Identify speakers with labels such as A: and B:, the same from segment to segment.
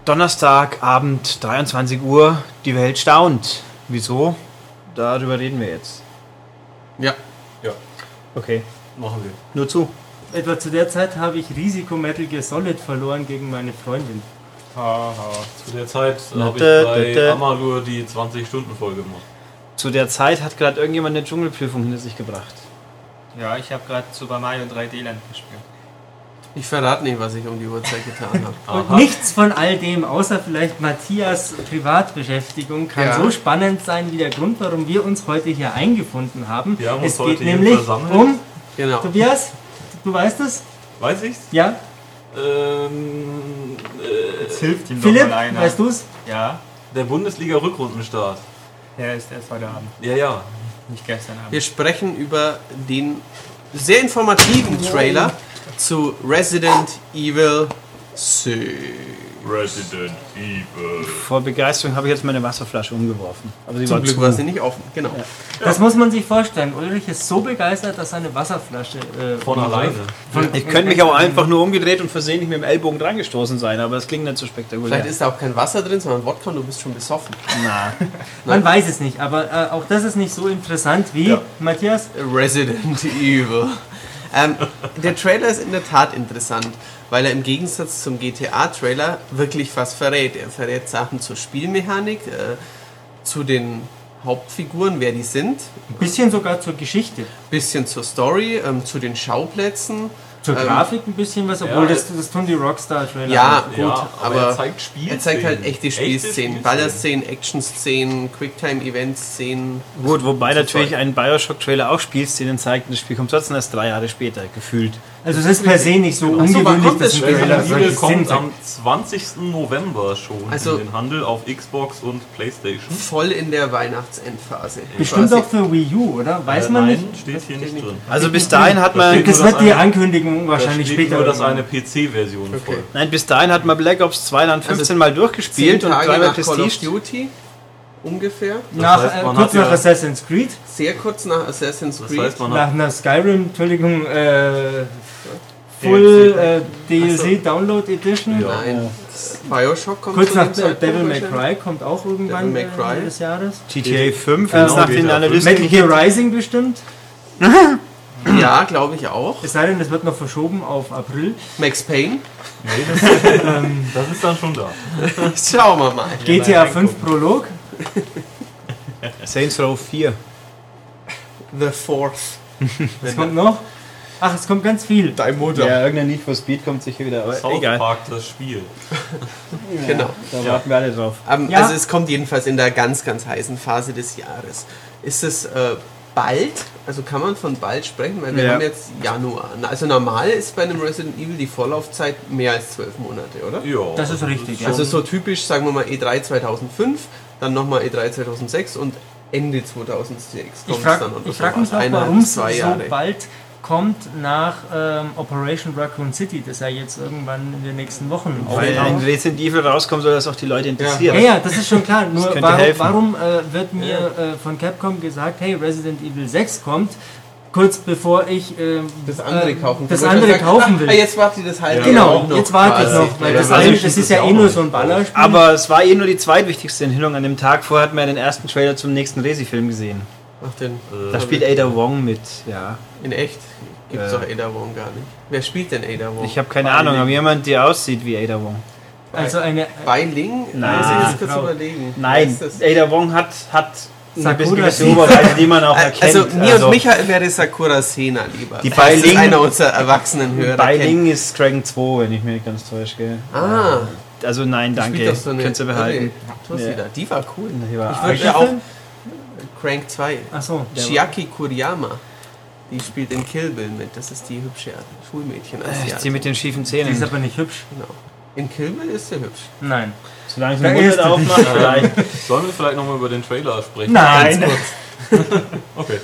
A: Donnerstagabend, 23 Uhr, die Welt staunt. Wieso? Darüber reden wir jetzt.
B: Ja.
A: Okay.
C: Machen wir.
A: Nur zu.
D: Etwa zu der Zeit habe ich Risiko Metal Gear Solid verloren gegen meine Freundin.
C: Haha. Zu der Zeit habe ich bei Amalur die 20-Stunden-Folge gemacht.
A: Zu der Zeit hat gerade irgendjemand eine Dschungelprüfung hinter sich gebracht.
E: Ja, ich habe gerade Super Mario 3D Land gespielt.
B: Ich verrate nicht, was ich um die Uhrzeit getan habe.
D: Und nichts von all dem, außer vielleicht Matthias Privatbeschäftigung, kann so spannend sein wie der Grund, warum wir uns heute hier eingefunden haben.
C: Wir haben uns
D: Es
C: heute
D: geht
C: hier
D: nämlich
C: versammelt.
D: um...
B: Genau.
D: Tobias, du weißt es?
C: Weiß ich's?
D: Ja?
E: Jetzt hilft ihm
D: Philipp,
E: doch mal einer.
D: weißt du's?
E: Ja,
C: Der Bundesliga-Rückrundenstart.
E: der ist erst heute Abend,
C: Ja.
E: nicht gestern Abend.
B: Wir sprechen über den sehr informativen Trailer zu Resident Evil 6.
C: Resident Evil.
A: Vor Begeisterung habe ich jetzt meine Wasserflasche umgeworfen. Aber sie
B: Zum
A: war
B: Glück
A: zu.
B: war sie nicht offen. Genau.
D: Das muss man sich vorstellen. Ulrich ist so begeistert, dass seine Wasserflasche...
C: Von alleine.
A: Ich könnte mich auch einfach nur umgedreht und versehentlich mit dem Ellbogen dran gestoßen sein, aber das klingt nicht so spektakulär.
B: Vielleicht ist da auch kein Wasser drin, sondern Wodka und du bist schon besoffen.
A: Na,
D: Man weiß es nicht, aber auch das ist nicht so interessant wie, Matthias?
B: Resident Evil. Der Trailer ist in der Tat interessant, weil er im Gegensatz zum GTA-Trailer wirklich was verrät. Er verrät Sachen zur Spielmechanik, zu den Hauptfiguren, wer die sind,
D: Ein bisschen sogar zur Geschichte.
B: bisschen zur Story, zu den Schauplätzen.
D: Zur Grafik ein bisschen was, obwohl
C: Ja,
D: das tun die Rockstar-Trailer.
B: Ja,
D: auch.
B: gut,
C: Ja, aber
B: aber
C: er zeigt Spielszenen.
B: er zeigt halt echte Spielszenen,
C: Spielszenen.
B: Ballerszenen, Action-Szenen, Quicktime-Event-Szenen.
A: gut, wobei
B: So
A: natürlich
B: Zeug.
A: ein Bioshock-Trailer auch Spielszenen zeigt und das Spiel kommt trotzdem erst 3 Jahre später, gefühlt.
D: Also es ist per se nicht so
B: Ach so, wann
D: ungewöhnlich,
B: kommt
D: dass
B: das
D: ein
B: Spiel?
D: Trailer
C: Resident
D: solche
C: Evil
D: Szenen
C: kommt
D: zeigt.
C: am 20. November schon
B: Also-
C: in den Handel auf Xbox und Playstation.
B: Voll in der Weihnachtsendphase.
D: Bestimmt
B: Quasi.
D: auch für Wii U, oder? Weiß man
C: Nein,
D: nicht.
C: steht hier nicht drin.
A: Also bis dahin hat man...
C: steht
D: Das
C: nur,
D: wird
C: dass
D: die
C: eine-
D: Ankündigung
C: Da
D: wahrscheinlich
C: steht
D: später.
C: nur, dass
D: irgendwann.
C: eine PC-Version folgt.
A: Nein, bis dahin hat man Black Ops 2 dann 15 Mal
B: 10
A: durchgespielt und
B: Tage
A: dreimal
B: nach Call of
A: Prestige.
B: Duty ungefähr.
D: Nach,
C: Das heißt, man
D: kurz
C: hat
D: nach
C: ja-
D: Assassin's Creed,
B: Sehr kurz nach Assassin's
C: Das
B: Creed.
C: heißt, man
D: nach
C: hat
D: einer Skyrim, Entschuldigung, Full DLC Download Edition.
C: Ja.
B: Nein, Bioshock kommt
D: Kurz
B: zu
D: nach
B: dem Zeitpunkt
D: Devil May
B: wahrscheinlich.
D: Cry kommt auch irgendwann
B: Devil May Cry.
D: des Jahres.
A: GTA 5
D: Genau,
A: ist nach den
C: GTA
A: Analysten...
D: Metal Gear Rising bestimmt.
B: Ja, glaube ich auch.
D: Es sei denn, es wird noch verschoben auf April.
B: Max Payne.
C: Nee, das ist dann schon da.
B: Schauen wir mal.
D: GTA 5 Prolog.
A: Saints Row 4.
B: The Fourth.
D: Was kommt noch? Ach, es kommt ganz viel.
B: Dein Mutter.
A: Ja, irgendein Need for Speed kommt sicher wieder, aber
C: South
A: egal.
C: Park, das Spiel.
B: Genau.
A: Da warten wir alle drauf.
D: Ja.
B: Also es kommt jedenfalls in der ganz, ganz heißen Phase des Jahres. Ist es bald? Also kann man von bald sprechen? Weil wir
A: Ja.
B: haben jetzt Januar. Also normal ist bei einem Resident Evil die Vorlaufzeit mehr als 12 Monate, oder?
C: Ja.
D: Das ist richtig, ja.
B: Also so typisch, sagen wir mal E3 2005, dann nochmal E3 2006 und Ende 2006
D: Ich
B: kommt es
D: frage
B: dann. oder
D: frag mich
B: sowas.
D: auch,
B: 1,5
D: warum es
B: bis 2
D: so
B: Jahre.
D: bald kommt nach Operation Raccoon City, das ja jetzt irgendwann in den nächsten Wochen
A: Weil ein Resident Evil rauskommt, soll das auch die Leute interessieren.
D: Ja, das ist schon klar. Nur
A: könnte
D: warum,
A: helfen.
D: warum wird mir von Capcom gesagt, hey, Resident Evil 6 kommt, kurz bevor ich
B: Das andere kaufen
D: das
B: will.
D: andere
B: Weil man sagt,
D: kaufen will.
B: jetzt warte ich das halbe Jahr
D: Genau,
B: auch noch
D: jetzt warte ich
B: quasi.
D: noch, weil
C: Ja,
D: das,
C: weil
D: eine,
C: das
D: das ist
C: ist
D: ja
C: ja
D: eh
C: auch
D: nur
C: noch
D: so ein Ballerspiel.
A: Aber es war nur die zweitwichtigste Enthüllung. An dem Tag vorher hat man ja den ersten Trailer zum nächsten Resi-Film gesehen.
B: Ach, den
A: Da spielt Ada Wong mit, ja.
B: in echt gibt es doch Ada Wong gar nicht. Wer spielt denn Ada Wong?
A: Ich habe keine Ahnung, aber jemand, der aussieht wie Ada Wong.
D: Also eine
B: Bei Ling?
A: Nein.
B: Muss ich jetzt kurz
D: Frau.
B: überlegen.
A: Nein,
B: Wer ist das?
A: Ada Wong hat eine
D: Sakura
A: gewisse
D: Sena.
A: Oberweite, die man auch erkennt.
B: Also mir und Michael wäre Sakura Sena lieber.
A: Die
B: Falls
A: Bai
B: es
A: Ling-
B: einer unserer erwachsenen Hörer
A: Bei
B: kennt.
A: Ling ist Dragon 2, wenn ich mich nicht ganz täusche. Gell?
B: Ah,
A: Also nein,
B: die spielt
A: danke.
B: doch so eine
A: Könnt ihr behalten.
B: Okay,
A: Ja.
B: wieder. Die war cool.
A: Die war
B: Ich
A: arg.
B: würde ja auch Crank 2.
D: Achso,
B: Chiaki Kuriyama. Die spielt in Kill Bill mit. Das ist die hübsche Schulmädchen.
A: Die mit den schiefen
D: die ist
A: Zähnen.
D: aber nicht hübsch.
B: Genau. In Kill Bill ist sie hübsch.
D: Nein.
A: Solange ich
D: Da
A: den Mund
D: ist
A: nicht
D: sie.
A: aufmache, vielleicht.
C: Sollen wir vielleicht nochmal über den Trailer sprechen?
D: Nein.
C: Ganz kurz. Okay,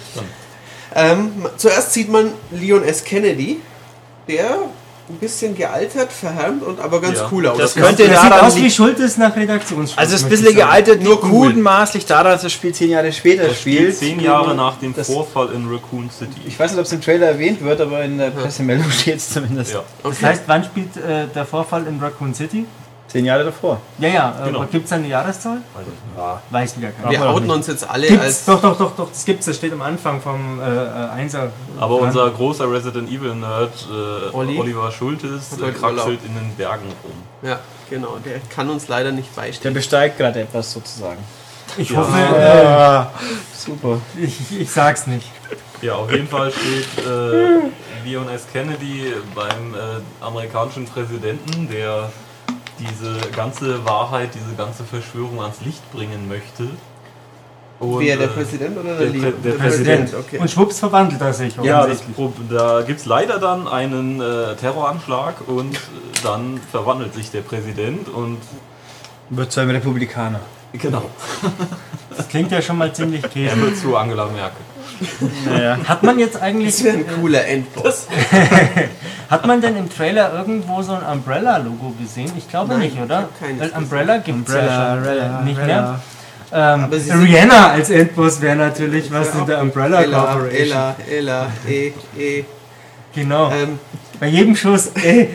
C: dann.
B: Zuerst sieht man Leon S. Kennedy, der ein bisschen gealtert, verhärmt und aber ganz
C: Ja.
B: cool aussieht.
A: Das könnte
D: Das sieht
A: daran
D: aus wie
A: liegen.
D: Schultes nach Redaktionsschluss.
A: Also es ist ein
D: möchte
A: bisschen
D: ich sagen.
A: gealtert,
B: Nur
A: nur
B: cool.
A: mutmaßlich daran, dass das Spiel 10 Jahre später
C: Das spielt
A: spielt.
C: 10 Jahre nach dem
A: Das-
C: Vorfall in Raccoon City.
A: Ich weiß nicht, ob es im Trailer erwähnt wird, aber in der Pressemeldung steht es zumindest.
C: Ja.
D: Das heißt, wann spielt der Vorfall in Raccoon City?
A: 10 Jahre davor.
D: Ja,
C: Genau.
D: gibt es eine Jahreszahl?
C: Also,
D: Weiß wieder keiner.
B: Wir outen uns jetzt alle
D: Gibt's?
B: als...
D: Doch, das gibt's, das steht am Anfang vom 1er.
C: aber unser großer Resident Evil Nerd Oliver Schultes
B: Hat heute
C: kraxelt in den Bergen rum.
B: Ja, genau, der kann uns leider nicht
A: Der
B: beistehen.
A: besteigt gerade etwas sozusagen.
D: Ich hoffe,
A: Super.
D: ich sag's nicht.
C: Ja, auf jeden Fall steht Leon S. Kennedy beim amerikanischen Präsidenten, der diese ganze Wahrheit, diese ganze Verschwörung ans Licht bringen möchte. Und,
B: Wer, der Präsident oder der Leon?
C: Der
D: Präsident.
B: Okay.
D: Und schwupps verwandelt er sich.
C: Ja,
D: offensichtlich.
C: da gibt es leider dann einen Terroranschlag und dann verwandelt sich der Präsident und
A: Wird zu einem Republikaner.
C: genau,
D: Das klingt ja schon mal ziemlich
C: er
D: käse.
C: wird zu Angela Merkel.
A: Naja.
D: Hat man jetzt eigentlich,
B: Das wäre ein cooler Endboss.
D: hat man denn im Trailer irgendwo so ein Umbrella-Logo gesehen? Ich glaube
B: Nein,
D: nicht,
B: ich
D: oder?
B: hab keines
D: Weil
B: gesehen.
D: Umbrella gibt es ja schon nicht mehr.
B: Aber sie sind-
D: Rihanna als Endboss wäre natürlich was in der Umbrella Corporation.
B: Ella,
D: Genau.
B: Ähm,
D: Bei jedem Schuss,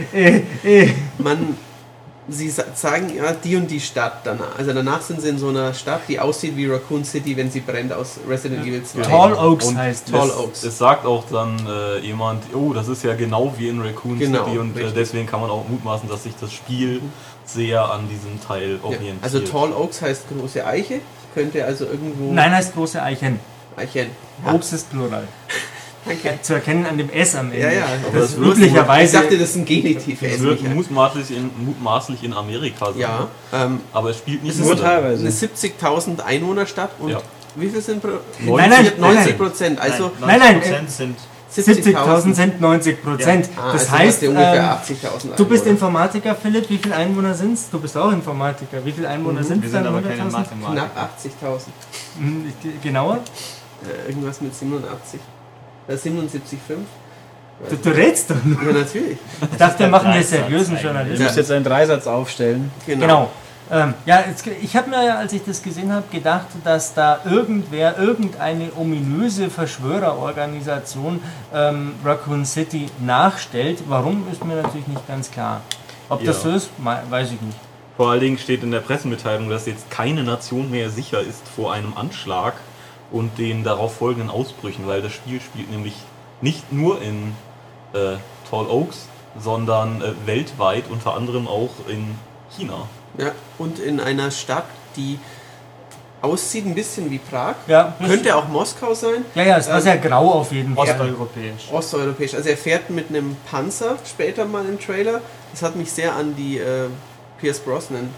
B: Sie sagen ja die und die Stadt danach. Also danach sind sie in so einer Stadt, die aussieht wie Raccoon City, wenn sie brennt, aus Resident Evil 2.
D: Tall Oaks
C: Und
D: heißt
B: Tall
C: es,
B: Oaks.
C: es sagt auch dann jemand, oh, das ist ja genau wie in Raccoon
B: Genau,
C: City und
B: richtig.
C: deswegen kann man auch mutmaßen, dass sich das Spiel sehr an diesem Teil
B: Ja,
C: orientiert.
B: also Tall Oaks heißt große Eiche, könnte also irgendwo...
D: Nein, heißt große Eichen.
B: Eichen.
D: Obst ist Plural.
B: Danke.
D: Zu erkennen an dem S am Ende.
B: Ja, ja.
C: Aber
D: Das
C: es wird
B: Ich
D: üblicherweise.
B: dachte, das ist ein Genitiv.
C: es wird mutmaßlich in Amerika sein,
B: Ja,
C: aber es spielt nicht
B: es ist
A: Nur
C: da.
A: teilweise.
B: eine 70.000 Einwohnerstadt und
C: Ja.
B: wie viel sind...
D: Nein,
B: 90%. Also
D: Nein,
E: 90% sind
D: 70.000 sind 90%. Das heißt,
B: ungefähr 80.000
D: du bist
B: Einwohner.
D: Informatiker, Philipp. Wie viele Einwohner sind's? Du bist auch Informatiker. Wie viele Einwohner sind
E: wir
D: es
E: sind
D: dann?
E: aber keine
D: 100.000?
E: Mathematiker.
B: Knapp 80.000.
D: Genauer?
B: Irgendwas mit 87. 77,5.
D: Du rätst doch nur.
B: Ja, natürlich.
D: Ich dachte, wir machen den
E: Dreisatz
D: seriösen
E: eigentlich.
A: Du
D: Journalismus.
A: musst jetzt einen Dreisatz aufstellen.
D: Genau. Ich habe mir, als ich das gesehen habe, gedacht, dass da irgendeine ominöse Verschwörerorganisation Raccoon City nachstellt. Warum, ist mir natürlich nicht ganz klar. Ob das so ist, weiß ich nicht.
C: Vor allen Dingen steht in der Pressemitteilung, dass jetzt keine Nation mehr sicher ist vor einem Anschlag und den darauf folgenden Ausbrüchen, weil das Spiel spielt nämlich nicht nur in Tall Oaks, sondern weltweit, unter anderem auch in China.
B: Ja, und in einer Stadt, die aussieht ein bisschen wie Prag.
D: Ja,
B: Könnte auch Moskau sein.
D: Ja, es war sehr grau auf jeden Fall.
E: osteuropäisch.
B: Osteuropäisch. Also er fährt mit einem Panzer später mal im Trailer. Das hat mich sehr an die Pierce Brosnan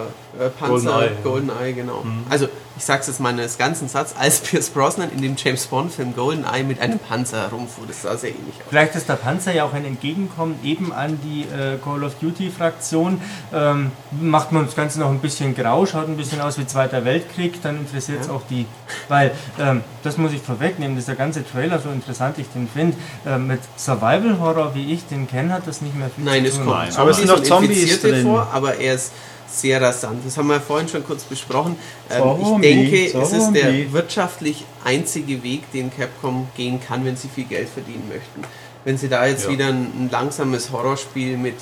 B: Panzer GoldenEye, genau. Also ich sag's jetzt mal in einem ganzen Satz, als Pierce Brosnan in dem James Bond Film GoldenEye mit einem Panzer herumfuhr, das sah sehr ähnlich aus.
D: Vielleicht ist der Panzer ja auch ein Entgegenkommen eben an die Call of Duty Fraktion. Macht man das Ganze noch ein bisschen grau, schaut ein bisschen aus wie Zweiter Weltkrieg, dann interessiert es auch die. Weil, das muss ich vorwegnehmen, dass der ganze Trailer, so interessant ich den finde, mit Survival Horror, wie ich den kenne, hat das nicht mehr viel
B: Nein,
D: zu
B: es
D: tun.
B: kommen
A: Aber es sind noch
B: und
A: Zombies
B: Infizierte
A: drin.
B: vor, aber er ist sehr rasant. Das haben wir vorhin schon kurz besprochen.
A: Zombie,
B: Ich denke, es ist der
A: Zombie.
B: wirtschaftlich einzige Weg, den Capcom gehen kann, wenn sie viel Geld verdienen möchten. Wenn sie da jetzt wieder ein langsames Horrorspiel mit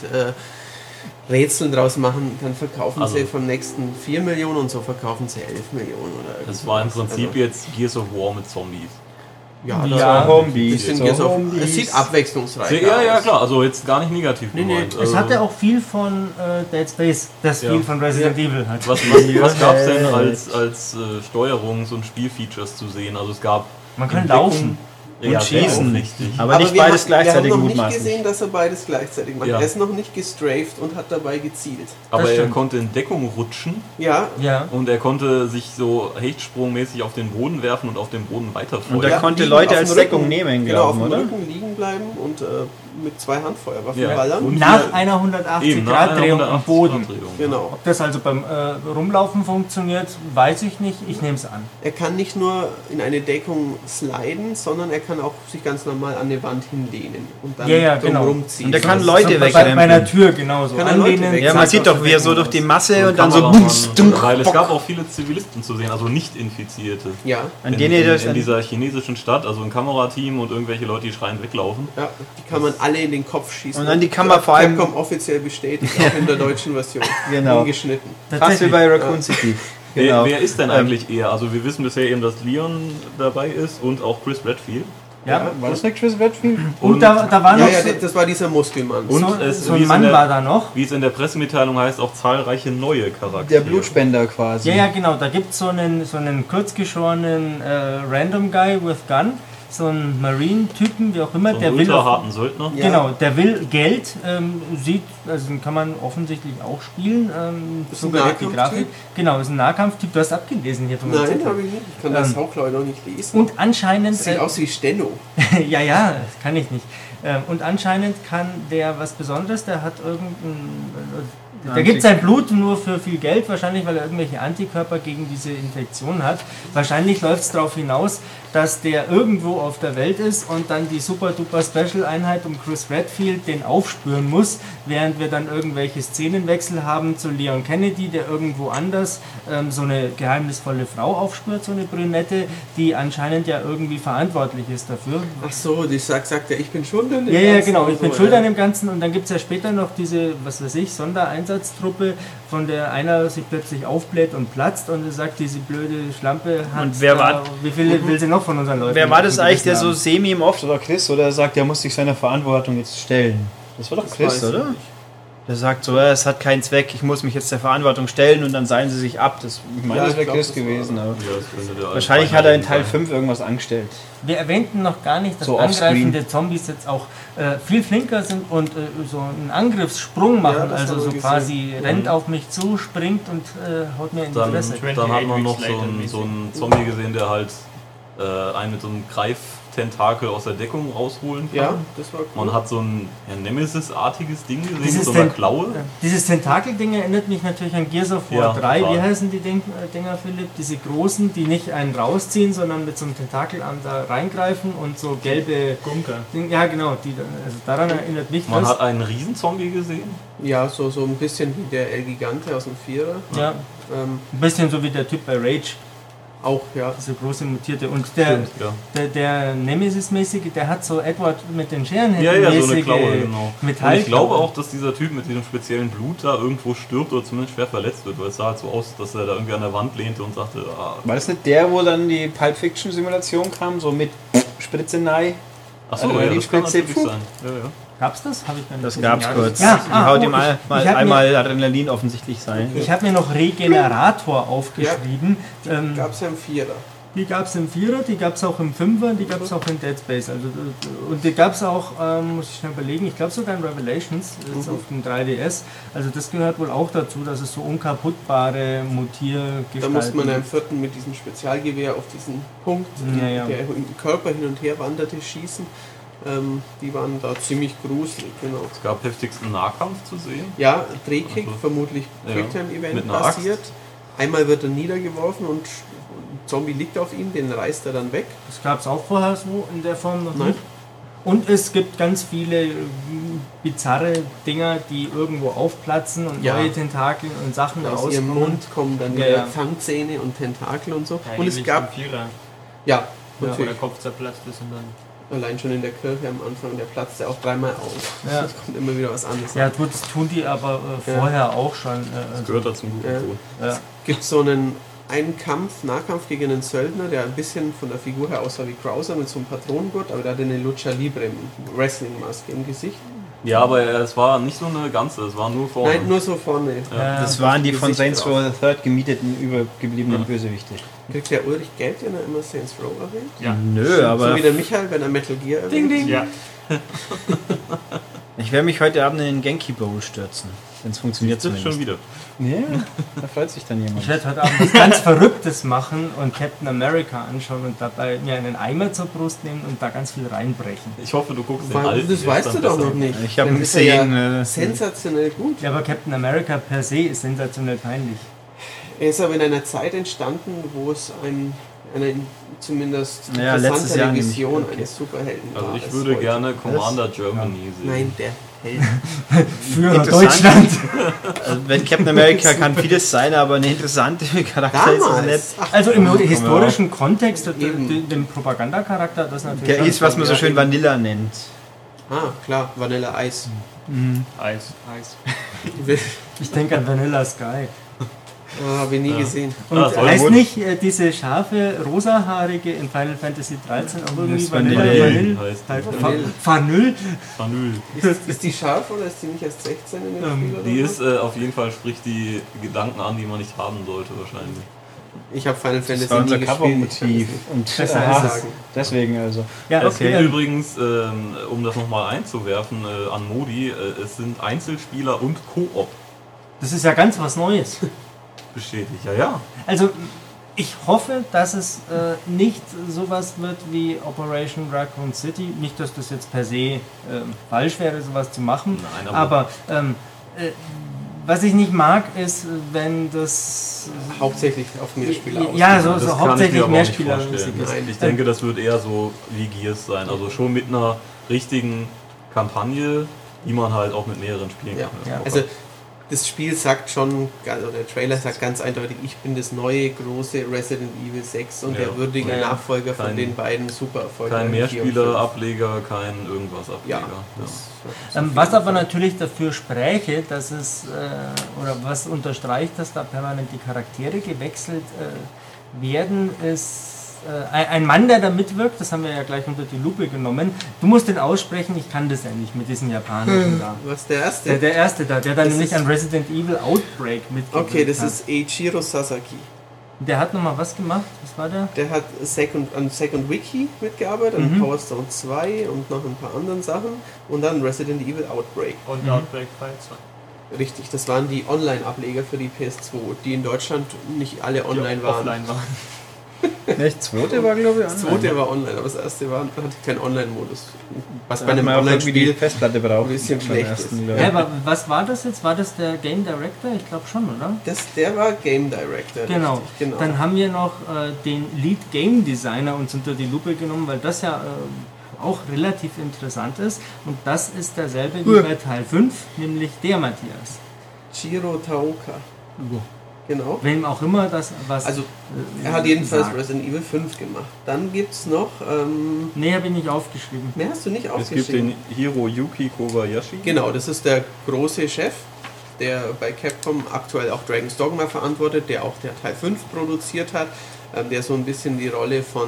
B: Rätseln draus machen, dann verkaufen sie vom nächsten 4 Millionen und so verkaufen sie 11 Millionen. Oder
C: Das war im Prinzip
B: also,
C: jetzt Gears of War mit Zombies.
B: ja,
D: Ja,
A: Zombies.
B: es sieht abwechslungsreich
C: Ja,
B: aus.
C: klar, also jetzt gar nicht negativ gemeint.
D: Es
C: Also,
D: hatte auch viel von Dead Space, das
C: Ja.
D: viel von Resident Evil hat.
C: was gab es denn als Steuerungs- und Spielfeatures zu sehen? Also es gab
D: Man kann
C: Entdeckung,
D: laufen.
A: Und schießen.
C: richtig.
A: Aber nicht
B: wir
A: beides
B: haben
A: gleichzeitig
B: noch nicht
A: mutmaßlich.
B: gesehen, dass er beides gleichzeitig macht.
C: Ja.
B: Er ist noch nicht gestrafed und hat dabei gezielt.
C: Aber
D: das
C: er
D: stimmt.
C: konnte in Deckung rutschen
B: Ja,
D: Ja.
C: und er konnte sich so hechtsprungmäßig auf den Boden werfen und auf dem Boden weiterfeuern.
A: Und er konnte
B: liegen
A: Leute
B: auf
A: als
B: dem Rücken,
A: Deckung nehmen,
B: genau, auf
A: glauben,
B: dem
A: oder?
B: Rücken liegen bleiben und mit 2 Handfeuerwaffen
C: Ja.
B: ballern.
C: Und
D: Nach
C: hier-
D: einer
C: Eben, nach
D: 180-Grad-Drehung
C: einer
D: am Boden.
C: 180-Grad-Drehung.
B: Genau.
D: Ob das also beim Rumlaufen funktioniert, weiß ich nicht. Ich nehme es an.
B: Er kann nicht nur in eine Deckung sliden, sondern er kann auch sich ganz normal an eine Wand hinlehnen und dann
D: genau.
B: rumziehen.
A: Und der kann
D: So
A: Leute
D: bei
A: wegrempeln.
D: einer Tür genauso.
B: Kann er Leute
D: Anlehnen.
A: Ja, man sieht doch, wie er so durch die Masse und dann so
C: Kameramann,
A: bums, dunk,
C: weil es
A: bock.
C: gab auch viele Zivilisten zu sehen, also nicht Infizierte.
B: Ja,
A: An
C: In,
A: denen das
C: in dieser chinesischen Stadt, also ein Kamerateam und irgendwelche Leute, die schreien weglaufen.
B: ja, die kann man alle in den Kopf schießen.
A: Und dann die Kamera vor allem-
B: Capcom offiziell bestätigt, auch in der deutschen Version.
A: Genau.
B: Ungeschnitten.
A: fast wie bei Raccoon City. Genau.
C: Wer ist denn eigentlich eher? Also wir wissen bisher eben, dass Leon dabei ist und auch Chris Redfield.
D: Ja.
A: War das nicht Chris Redfield?
D: Und da war noch
B: Ja, das war dieser Muskelmann.
C: Und
D: so,
C: es,
D: so
C: wie
D: ein
C: es
D: Mann
C: in der-
D: war da noch.
C: Wie es in der Pressemitteilung heißt, auch zahlreiche neue Charaktere.
A: Der Blutspender quasi.
D: Ja, genau, da gibt es so einen kurzgeschorenen Random Guy with Gun, so einen Marine-Typen, wie auch immer,
C: So
D: der
C: einen
D: will.
C: ultraharten Söldner.
B: Ja.
D: Genau, der will Geld, sieht, also den kann man offensichtlich auch spielen,
B: Ist
D: sogar
B: ein
D: durch die
B: Nahkampftyp?
D: Grafik. Genau, ist ein Nahkampftyp, du hast abgelesen hier von meinem
B: Nein,
D: Zettel.
B: habe ich nicht. Ich kann das auch leider noch nicht lesen.
D: Und anscheinend.
B: Sieht aus wie Steno.
D: ja, das kann ich nicht. Und anscheinend kann der was Besonderes, der hat der gibt sein Blut nur für viel Geld, wahrscheinlich weil er irgendwelche Antikörper gegen diese Infektion hat. Wahrscheinlich läuft es darauf hinaus, dass der irgendwo auf der Welt ist und dann die Super-Duper-Special-Einheit um Chris Redfield den aufspüren muss, während wir dann irgendwelche Szenenwechsel haben zu Leon Kennedy, der irgendwo anders so eine geheimnisvolle Frau aufspürt, so eine Brünette, die anscheinend ja irgendwie verantwortlich ist dafür.
B: Ach so, die sagt ja, ich bin schuld an dem
D: Ja,
B: Ganzen
D: genau,
B: und
D: ich bin
B: so,
D: schuld
B: ja.
D: an dem Ganzen und dann gibt es ja später noch diese, was weiß ich, Sondereinsatztruppe, von der einer sich plötzlich aufbläht und platzt und sagt, diese blöde Schlampe hat
A: Und wer war-
D: wie viele will sie noch von unseren Leuten?
A: Wer war das eigentlich, der so
D: haben?
A: semi im Off oder Chris, oder sagt, der muss sich seiner Verantwortung jetzt stellen? Das war doch
B: Das
A: Chris,
B: weiß ich
A: oder?
B: nicht.
A: Der sagt so, es hat keinen Zweck, ich muss mich jetzt der Verantwortung stellen und dann seilen sie sich ab. Das, ich meine,
B: Ja,
A: das
B: ich
A: wäre
B: glaub,
A: Chris
B: das war-
A: gewesen. Aber
C: Ja, das könnte der
A: wahrscheinlich
C: alte
A: hat er in Teil
C: sein.
A: 5 irgendwas angestellt.
D: Wir erwähnten noch gar nicht, dass
A: So offscreen.
D: angreifende Zombies jetzt auch viel flinker sind und so einen Angriffssprung machen,
B: Ja, das
D: also
B: haben
D: so
B: wir
D: quasi rennt auf mich zu, springt und haut mir in die
C: Dann,
D: Fresse.
C: dann hat man noch
E: 28 Weeks later
C: so einen Zombie gesehen, der halt einen mit so einem Greiftentakel aus der Deckung rausholen kann.
B: Ja, das war cool.
C: Man hat so ein Nemesis-artiges Ding gesehen mit
D: Dieses
C: so einer
D: Ten-
C: Klaue.
D: Dieses Tentakel-Ding erinnert mich natürlich an Gears of
C: Ja,
D: War 3.
C: total.
D: Wie heißen die Dinger, Philipp? Diese großen, die nicht einen rausziehen, sondern mit so einem Tentakelarm da reingreifen und so gelbe...
E: Gunker.
D: Ja, genau. Also daran erinnert mich
C: Man
D: das.
C: hat einen Riesenzombie gesehen.
B: Ja, so ein bisschen wie der El Gigante aus dem Vierer.
D: Ja,
B: Ähm,
D: ein bisschen so wie der Typ bei Rage,
B: auch, ja.
D: dieser große Mutierte. Und der,
C: Stimmt, ja.
D: der Nemesis-mäßige, der hat so Edward mit den Scherenhänden
C: Ja, so eine
D: mäßige
C: Klaue, genau. Und
D: Metallklaue.
C: ich glaube auch, dass dieser Typ mit diesem speziellen Blut da irgendwo stirbt oder zumindest schwer verletzt wird, weil es sah halt so aus, dass er da irgendwie an der Wand lehnte und sagte,
A: War das nicht der, wo dann die Pulp Fiction Simulation kam, so mit Spritze nahe?
C: achso,
A: Also,
C: ja,
A: die
C: das kann
A: Spritze,
C: natürlich
A: puh.
C: sein. Ja, ja.
D: Gab's das? Habe ich gar nicht
A: Das
D: gesehen.
A: gab's
D: Ja,
A: kurz.
D: Ja,
A: Die haut ihm
D: ich hab mir-
A: einmal Adrenalin offensichtlich sein.
D: Ich habe mir noch Regenerator aufgeschrieben.
B: Gab es ja im Vierer.
D: Die gab es im Vierer, die gab es auch im Fünfer, die gab es auch in Dead Space. Also, und die gab es auch, muss ich schnell überlegen, ich glaube sogar in Revelations, jetzt auf dem 3DS. Also das gehört wohl auch dazu, dass es so unkaputtbare Mutiergestalten
B: Da musste man im vierten mit diesem Spezialgewehr auf diesen Punkt,
D: Ja, ja.
B: der im Körper hin und her wanderte, schießen. Die waren da ziemlich gruselig, genau.
C: Es gab heftigsten Nahkampf zu sehen.
B: Ja, Drehkick,
C: Also,
B: vermutlich
C: ja,
B: Quicktime-Event
C: mit einer Axt.
B: passiert. Einmal wird er niedergeworfen und ein Zombie liegt auf ihm, den reißt er dann weg.
D: Das gab es auch vorher so in der Form noch
B: Nein.
D: nicht. Und es gibt ganz viele bizarre Dinger, die irgendwo aufplatzen und
B: Ja.
D: neue Tentakel und Sachen
B: Aus ihrem
D: rauskommen.
B: Mund kommen dann
D: Ja,
B: wieder
D: ja.
B: Fangzähne und Tentakel und so.
E: Ja,
B: und es
E: ähnlich
B: gab,
E: wie im Vierer,
B: ja,
E: wo
B: natürlich.
E: der Kopf zerplatzt ist und dann...
B: Allein schon in der Kirche am Anfang, der platzte auch dreimal auf.
D: Ja.
B: Es kommt immer wieder was anderes.
D: Ja, gut, das tun die aber
B: Ja.
D: vorher auch schon.
C: Das gehört da zum guten
B: Ja.
C: Ton.
D: Ja.
B: Gibt so einen Nahkampf gegen einen Söldner, der ein bisschen von der Figur her aussah wie Krauser mit so einem Patronengurt, aber der hatte eine Lucha Libre Wrestling-Maske im Gesicht.
C: Ja, aber es war nicht so eine ganze, es war nur vorne.
B: Nein, nur so vorne.
A: Das waren die von
B: Gesicht
A: Saints Row the Third gemieteten, übergebliebenen
C: Ja.
A: Bösewichte.
B: Kriegt der Ulrich Geld, wenn er immer Saints Row erwähnt?
E: Ja.
A: Nö, aber
B: So wie der Michael, wenn er Metal Gear erwähnt.
E: Ja.
A: ich werde mich heute Abend in den Genki Bowl stürzen. Wenn es funktioniert
C: Das ist schon wieder.
A: Ja, da freut sich dann jemand.
D: Ich werde heute Abend was ganz Verrücktes machen und Captain America anschauen und dabei mir einen Eimer zur Brust nehmen und da ganz viel reinbrechen.
C: Ich hoffe, du guckst den
B: Weil,
C: alten.
B: das
C: der ist
B: weißt
C: dann
B: du doch
C: besser.
B: noch nicht.
A: Ich habe
B: Dann
A: ihn
B: ist er ja
A: gesehen.
B: sensationell gut.
D: Ja, aber Captain America per se ist sensationell peinlich.
B: Er ist aber in einer Zeit entstanden, wo es ein eine zumindest
A: Ja, letztes Jahr
B: interessantere
A: nämlich,
B: Vision
A: okay.
B: eines Superhelden
C: Also
B: war
C: ich
B: als
C: würde
B: heute.
C: gerne Commander Germany sehen.
B: Nein, der Held.
D: Für
A: Interessant.
D: Deutschland.
A: Also, wenn Captain America kann vieles sein, aber eine interessante Charakter ist es
B: Damals.
A: nicht.
B: Ach,
D: Also im
A: Komm,
D: historischen Kontext,
B: Eben.
D: dem Propagandacharakter, das natürlich.
A: Der
D: schon
A: ist, was man so
B: Ja,
A: schön
B: eben.
A: Vanilla nennt.
B: klar, Vanilla Eis.
E: Eis. Eis.
D: Ich denke an Vanilla Sky.
B: Habe ich nie gesehen.
D: Und
C: toll.
D: heißt nicht diese scharfe, rosahaarige in Final Fantasy 13 auch irgendwie
A: Das
D: Vanilla?
A: Vanille
C: heißt die.
D: Halt
B: Vanille.
D: Vanille?
C: Vanille.
B: Ist die scharf oder ist die nicht erst 16 in dem Spiel? Oder
C: Die
B: so?
C: ist auf jeden Fall, spricht die Gedanken an, die man nicht haben sollte wahrscheinlich.
B: Ich habe Final Fantasy
A: Das war unser
B: nie gespielt.
A: Covermotiv. Und
D: Besser
B: Aha.
D: ist es.
A: deswegen also.
D: Ja,
C: Es
D: okay.
C: gibt übrigens, um das nochmal einzuwerfen, an Modi, es sind Einzelspieler und Koop
D: Das ist ja ganz was Neues.
C: bestätigt. Ja.
D: Also ich hoffe, dass es nicht sowas wird wie Operation Raccoon City. Nicht, dass das jetzt per se falsch wäre, sowas zu machen.
C: Nein,
D: aber was ich nicht mag, ist, wenn das...
B: Hauptsächlich auf Mehrspieler aus.
D: Ja,
C: Das
D: so
C: kann ich
D: hauptsächlich
C: mir aber auch nicht
D: Mehrspielermusik
C: vorstellen.
D: ist.
C: Ich denke, das wird eher so wie Gears sein. Also schon mit einer richtigen Kampagne, die man halt auch mit mehreren spielen
B: Ja.
C: kann.
D: Ja.
B: Also das Spiel sagt schon, also der Trailer sagt ganz eindeutig, ich bin das neue große Resident Evil 6 und
C: Ja.
B: der würdige
D: Ja.
B: Nachfolger von
C: Kein-
B: den beiden super erfolgreichen
C: Kein
B: 4 und 5.
C: Mehrspieler-Ableger, kein irgendwas
B: Ja,
C: Ableger.
D: Was aber natürlich dafür spräche, dass es, oder was unterstreicht, dass da permanent die Charaktere gewechselt werden, ist ein Mann, der da mitwirkt, das haben wir ja gleich unter die Lupe genommen. Du musst den aussprechen, ich kann das ja nicht mit diesem Japanischen da.
B: Was der erste?
D: Der erste da, der dann
B: Das
D: nämlich
B: ist-
D: an Resident Evil Outbreak mitgewirkt
B: Okay, das
D: hat.
B: ist Eiichiro Sasaki.
D: Der hat nochmal was gemacht, was war der?
B: Der hat an Second Wiki mitgearbeitet, an Power Stone 2 und noch ein paar anderen Sachen und dann Resident Evil Outbreak.
E: Und Outbreak Teil 2.
B: Richtig, das waren die Online-Ableger für die PS2, die in Deutschland nicht alle online waren.
E: Offline waren.
A: Nicht? Zweite war, glaube ich,
B: Das zweite war online, aber das erste hatte keinen Online-Modus. Was
A: Da
B: bei
A: hat
B: einem
A: man auch irgendwie die
B: Online-Spiel
A: Festplatte braucht.
B: ein bisschen
A: beim
B: schlecht
A: ersten,
B: ist.
A: glaub
D: Ja,
A: ich.
D: aber was war das jetzt? War das der Game Director? Ich glaube schon, oder?
B: der war Game Director.
D: Genau.
B: Richtig, genau.
D: Dann haben wir noch den Lead Game Designer uns unter die Lupe genommen, weil das ja auch relativ interessant ist. Und das ist derselbe wie bei Teil 5, nämlich der Matthias.
B: Chiro Taoka. Genau.
D: Wem auch immer das was.
B: Also er hat jedenfalls
D: sagt.
B: Resident Evil 5 gemacht. Dann gibt es noch,
D: Nee, habe ich nicht aufgeschrieben.
B: mehr hast du nicht
C: Es gibt
B: aufgeschrieben.
C: den Hiroyuki Kobayashi.
B: Genau, das ist der große Chef, der bei Capcom aktuell auch Dragon's Dogma verantwortet, der auch der Teil 5 produziert hat, der so ein bisschen die Rolle von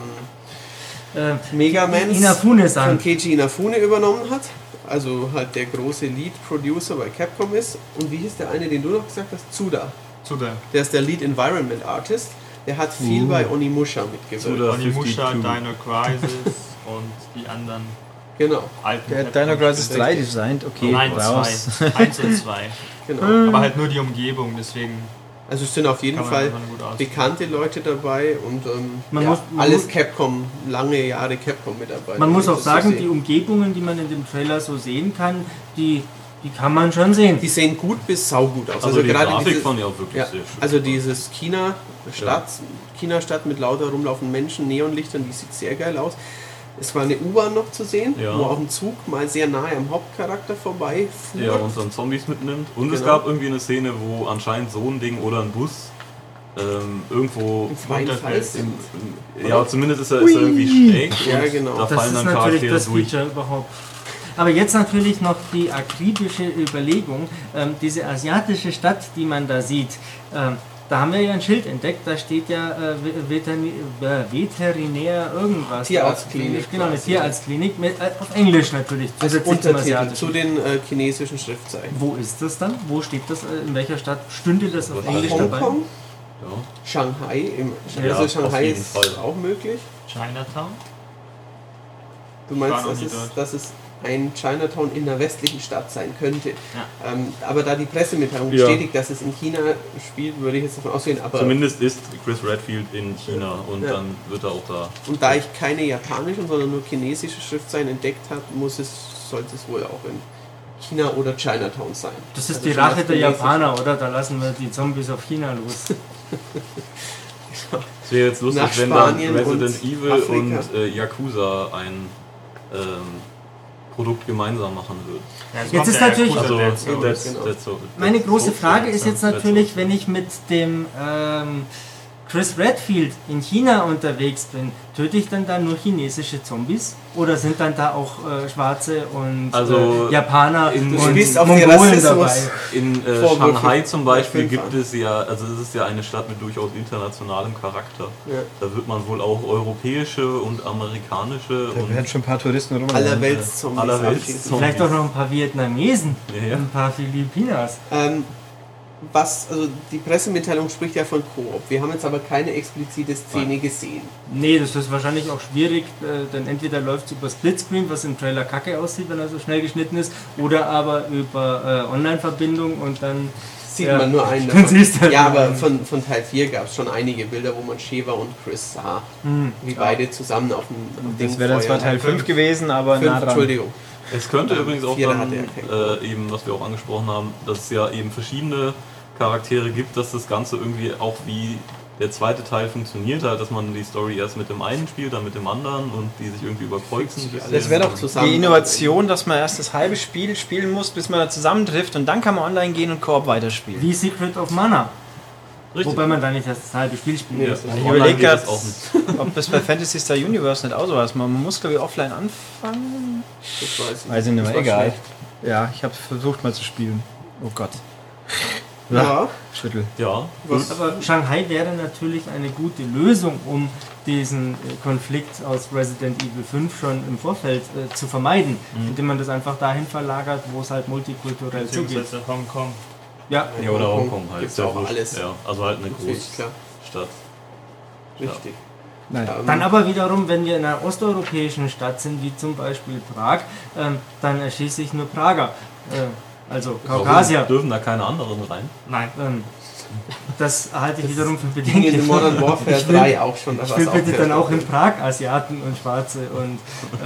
B: Megamans
D: Inafune-san.
B: von Keiji Inafune übernommen hat. Also halt der große Lead-Producer bei Capcom ist. Und wie hieß der eine, den du noch gesagt hast? Tsuda.
E: Zu der
B: Der ist der Lead Environment Artist. Der hat viel bei Onimusha mitgewirkt.
C: Tsuda.
E: Onimusha,
C: 52.
E: Dino Crisis und die anderen
B: Genau,
E: alten
A: Der hat
E: Capcom
A: Dino Crisis
E: Spiele.
A: 3 designt, okay,
E: Nein,
A: raus.
E: 2. 1 und 2.
B: genau.
E: Aber halt nur die Umgebung, deswegen
B: Also es sind auf jeden
E: kann man
B: Fall
E: einfach gut aus.
B: bekannte Leute dabei und
D: Man
B: ja,
D: muss- man
B: alles
D: muss-
B: Capcom, lange Jahre Capcom-Mitarbeiter.
D: Man muss
B: wenn
D: auch
B: ich das
D: sagen,
B: so
D: die
B: sehe.
D: Umgebungen, die man in dem Trailer so sehen kann, die kann man schon sehen.
B: Die sehen gut bis saugut aus.
C: Also die
B: gerade
C: Grafik
B: dieses-
C: fand ich auch wirklich
B: ja,
C: sehr schön.
B: also dieses China-Stadt mit lauter rumlaufenden Menschen, Neonlichtern, die sieht sehr geil aus. Es war eine U-Bahn noch zu sehen,
C: Ja.
B: wo auch ein Zug mal sehr nahe am Hauptcharakter vorbei fuhr.
C: Der uns dann Zombies mitnimmt. Und es
B: Genau.
C: gab irgendwie eine Szene, wo anscheinend so ein Ding oder ein Bus irgendwo
B: Im freien Fall
E: runterfällt.
B: sind.
C: ja, zumindest ist er irgendwie schräg
B: Ja,
C: und
B: genau.
C: da
D: Das
C: fallen
D: ist
C: dann
D: natürlich
C: Charaktere
D: das
C: durch.
D: Feature überhaupt. Aber jetzt natürlich noch die akribische Überlegung, diese asiatische Stadt, die man da sieht, da haben wir ja ein Schild entdeckt, da steht ja Veterinär irgendwas.
B: Tierarztklinik
D: Genau, eine
B: quasi.
D: Tierarztklinik, mit, auf Englisch natürlich,
B: Als
D: zusätzlich zum
B: Untertitel
D: Asiatischen.
B: zu den chinesischen Schriftzeichen.
D: Wo ist das dann? Wo steht das? In welcher Stadt stünde das auf
C: Was
D: Englisch dabei?
B: Hongkong,
C: Ja.
B: Shanghai,
C: Ja,
B: also
C: auf
B: Shanghai
C: jeden
B: ist
C: Fall.
B: auch möglich.
E: Chinatown?
B: Du
E: war
B: meinst,
E: noch
B: dass
E: nie
B: es,
E: dort.
B: dass es ein Chinatown in einer westlichen Stadt sein könnte.
E: Ja.
B: Aber da die Pressemitteilung
C: Ja.
B: bestätigt, dass es in China spielt, würde ich jetzt davon ausgehen. Aber
C: Zumindest ist Chris Redfield in China und
B: Ja.
C: dann wird er auch da.
B: und da ich keine japanischen, sondern nur chinesische Schriftzeichen entdeckt habe, sollte es wohl auch in China oder Chinatown sein.
D: Das ist
B: Also
D: die
B: schon
D: Rache
B: was
D: der
B: Chinesisches.
D: Japaner, oder? Da lassen wir die Zombies auf China los.
C: Es wäre jetzt lustig,
B: Nach
C: wenn dann
B: Spanien
C: Resident
B: und
C: Evil
B: Afrika.
C: und Yakuza ein Produkt gemeinsam machen würden.
E: Ja, es
D: Jetzt
E: kommt
D: ist
E: ja
D: natürlich-
E: Yakuza
C: Also,
E: dazu.
B: genau.
D: Meine große Frage ist jetzt
C: That's
D: natürlich,
C: so.
D: wenn ich mit dem Chris Redfield in China unterwegs bin, töte ich dann da nur chinesische Zombies? Oder sind dann da auch Schwarze und
C: Also,
D: Japaner
C: du
D: und
B: spielst auf die
D: Mongolen
B: Rassismus.
D: dabei?
C: In
B: Vorwürfe.
C: Shanghai zum Beispiel
B: Ja,
C: gibt es ja, also es ist ja eine Stadt mit durchaus internationalem Charakter.
B: Ja.
C: Da wird man wohl auch europäische und amerikanische
A: Da
C: und
A: werden schon ein paar Touristen rumlaufen.
B: Allerwelts-Zombies
C: Allerwelts-
B: abschießen.
C: Zombies.
D: Vielleicht auch noch ein paar Vietnamesen
C: Ja.
D: und ein paar Philippinas.
B: Also die Pressemitteilung spricht ja von Koop. Wir haben jetzt aber keine explizite Szene gesehen.
D: Nee, das ist wahrscheinlich auch schwierig, denn entweder läuft es über Splitscreen, was im Trailer kacke aussieht, wenn er so schnell geschnitten ist, oder aber über Online-Verbindung und dann
B: Sieht
D: Ja.
B: man nur einen
D: Dann
B: davon.
D: siehst du halt
B: Ja,
D: nur
B: aber
D: einen.
B: von Teil 4 gab es schon einige Bilder, wo man Sheva und Chris sah. Wie beide zusammen auf dem Ding
A: Das wäre dann zwar Teil 5 gewesen, aber
B: 5,
A: nah dran.
B: Entschuldigung.
C: Es könnte übrigens auch
B: Vierer
C: dann,
B: hatte er keinen.
C: eben, was wir auch angesprochen haben, dass es ja eben verschiedene Charaktere gibt, dass das Ganze irgendwie auch wie der zweite Teil funktioniert hat, dass man die Story erst mit dem einen spielt, dann mit dem anderen und die sich irgendwie überkreuzen.
A: Das wäre doch
B: zusammen.
A: die Innovation, dass man erst das halbe Spiel spielen muss, bis man da zusammentrifft und dann kann man online gehen und Koop weiterspielen.
D: wie Secret of Mana.
C: Richtig.
D: Wobei man da nicht erst das halbe Spiel spielt.
C: Ja,
B: das ist
A: Ich
C: online
A: überlege
C: geht
A: gerade,
C: das auch nicht.
A: ob das bei Phantasy Star Universe nicht auch so was. Man muss, glaube ich, offline anfangen.
B: Das weiß ich.
A: Weiß ich nicht
B: Das
A: mehr,
B: war
A: egal.
B: schlecht.
A: Ja, ich habe versucht mal zu spielen. Oh Gott.
B: Ja,
A: Schüttel.
C: Ja,
B: was,
D: Aber Shanghai wäre natürlich eine gute Lösung, um diesen Konflikt aus Resident Evil 5 schon im Vorfeld zu vermeiden, indem man das einfach dahin verlagert, wo es halt multikulturell zugeht.
E: Beziehungsweise Hongkong.
D: Ja,
C: ja, oder Hongkong halt.
B: Gibt's
C: ist ja
B: auch
C: wurscht.
B: alles.
C: Ja, also halt eine
B: natürlich, klar.
C: Großstadt.
B: Richtig.
A: Nein.
D: dann aber wiederum, wenn wir in einer osteuropäischen Stadt sind, wie zum Beispiel Prag, dann erschieße ich nur Prager. Also Kaukasier.
C: Dürfen da keine anderen rein?
E: Nein.
D: Das halte ich wiederum für
B: Ging in
D: bedenklich.
B: Modern Warfare
D: Ich will-
B: 3 auch schon.
D: Ich will bitte dann auch in Prag Asiaten und Schwarze und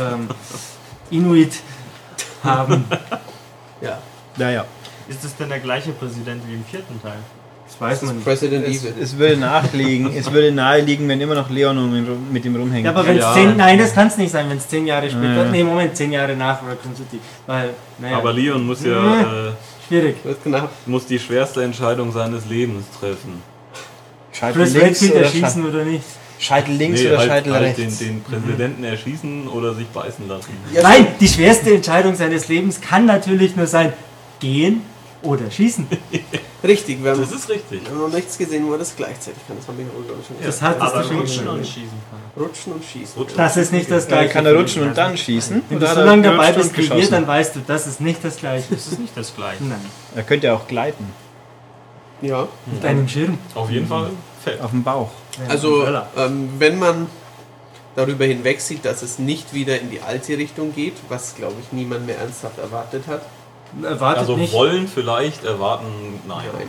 D: Inuit haben.
B: Ja,
A: Naja.
E: Ist es denn der gleiche Präsident wie im vierten Teil?
D: Das weiß man nicht.
B: President
A: Es,
B: Evil.
A: es würde nachliegen, es würde naheliegen, wenn immer noch Leon mit ihm rumhängt.
D: Ja, aber wenn es
C: Ja.
D: 10, nein, das kann es nicht sein, wenn es 10 Jahre später,
A: Ja.
D: nee, Moment, 10 Jahre nach Raccoon City, weil, naja,
C: Aber Leon muss ja
D: schwierig.
B: Wird knapp.
C: muss die schwerste Entscheidung seines Lebens treffen.
A: Scheitel
D: Chris
A: links
D: Redfield
A: oder
D: erschießen oder nicht?
A: Scheitel links
C: Nee,
A: oder
C: halt,
A: Scheitel
C: halt
A: rechts?
C: den Präsidenten erschießen oder sich beißen lassen.
B: Ja,
D: Nein, die schwerste Entscheidung seines Lebens kann natürlich nur sein, gehen oder schießen.
B: Richtig, wir haben,
C: Das ist richtig.
B: wir haben noch nichts gesehen, wo er das gleichzeitig kann. Das haben wir glaube ich schon
D: Das
B: gesagt.
D: hat es
E: Aber
D: schon
E: rutschen
D: gesagt.
E: und schießen kann.
B: Rutschen und schießen.
C: Rutschen.
D: Das ist nicht das
A: Dann
D: gleiche.
A: kann er rutschen und dann schießen.
D: Wenn
A: Oder
D: du
A: hat
D: so
A: er
D: lange dabei
A: gerutscht und
D: bist wie wir,
A: geschossen?
D: dann weißt du, das ist nicht das gleiche.
E: Das ist nicht das gleiche.
D: Nein,
A: Er könnte ja auch gleiten.
B: Ja,
D: mit einem Schirm.
C: Auf jeden Fall fett.
A: Auf dem Bauch.
B: also
D: Umbrella.
B: wenn man darüber hinweg sieht, dass es nicht wieder in die alte Richtung geht, was glaube ich niemand mehr ernsthaft erwartet hat.
D: Erwartet
C: Also
D: nicht.
C: wollen vielleicht, erwarten, nein.
B: Nein.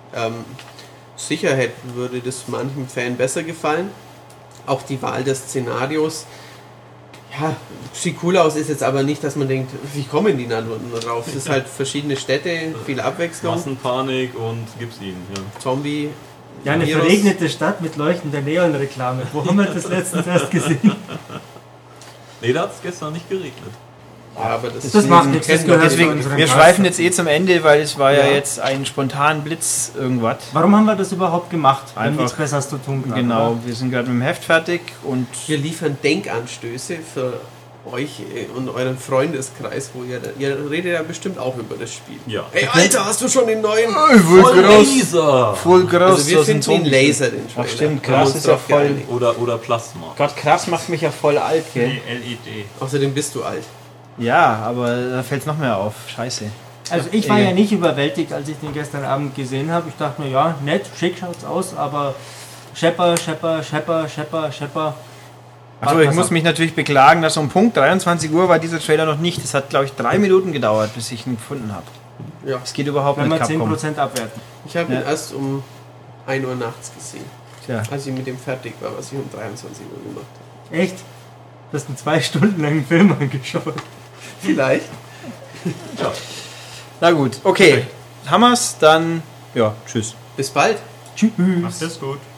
B: Sicherheit würde das manchem Fan besser gefallen. Auch die Wahl des Szenarios. Ja, sieht cool aus, ist jetzt aber nicht, dass man denkt, wie kommen die da nur drauf? Es ist halt verschiedene Städte, viel Abwechslung.
C: Massenpanik und gib's ihnen. Ja.
B: Zombie.
D: Ja, eine
B: Virus.
D: verregnete Stadt mit leuchtender Neonreklame. Wo haben wir das letztens erst gesehen?
C: Nee, da hat es gestern nicht geregnet.
B: Ja, aber das,
D: Das macht nichts, das gehört zu
A: Deswegen,
D: unserem
A: wir
D: Cast.
A: schweifen jetzt zum Ende, weil es war ja
B: Ja.
A: jetzt ein spontaner Blitz irgendwas.
D: Warum haben wir das überhaupt gemacht? Wir haben
A: Einfach-
D: nichts Besseres zu tun gehabt,
A: Genau,
D: oder?
A: wir sind gerade mit dem Heft fertig und
B: Wir liefern Denkanstöße für euch und euren Freundeskreis, wo ihr redet ja bestimmt auch über das Spiel.
C: Ja.
B: Ey, Alter, hast du schon den neuen?
A: voll
C: Laser!
A: voll groß.
B: Also wir finden ihn Laser, den Trailer.
A: Ach stimmt,
B: Haben wir
A: krass
B: uns
A: ist ja
B: drauf
A: voll.
B: geeinigt.
C: Oder Plasma.
A: Gott, krass macht mich ja voll alt, gell?
E: Die LED.
B: Außerdem bist du alt.
A: Ja, aber da fällt es noch mehr auf. Scheiße.
D: Also ich war
A: Egal.
D: ja nicht überwältigt, als ich den gestern Abend gesehen habe. Ich dachte mir, ja, nett, schick schaut's aus, aber Schepper.
A: Achso, ich muss mich natürlich beklagen, dass um Punkt 23 Uhr war dieser Trailer noch nicht. Es hat, glaube ich, 3 Minuten gedauert, bis ich ihn gefunden habe.
B: Ja.
A: Es geht überhaupt
D: Wenn
A: nicht,
D: wir
A: Capcom.
D: 10% abwerten.
B: Ich habe ihn
A: Ja.
B: erst um 1 Uhr nachts gesehen,
A: Tja.
B: als ich mit dem fertig war, was ich um 23 Uhr gemacht habe.
D: Echt? Du hast einen 2 Stunden langen Film angeschaut.
B: Vielleicht.
A: Na gut, okay. Hammer's, dann ja, tschüss.
B: Bis bald.
D: Tschüss.
E: Macht es gut.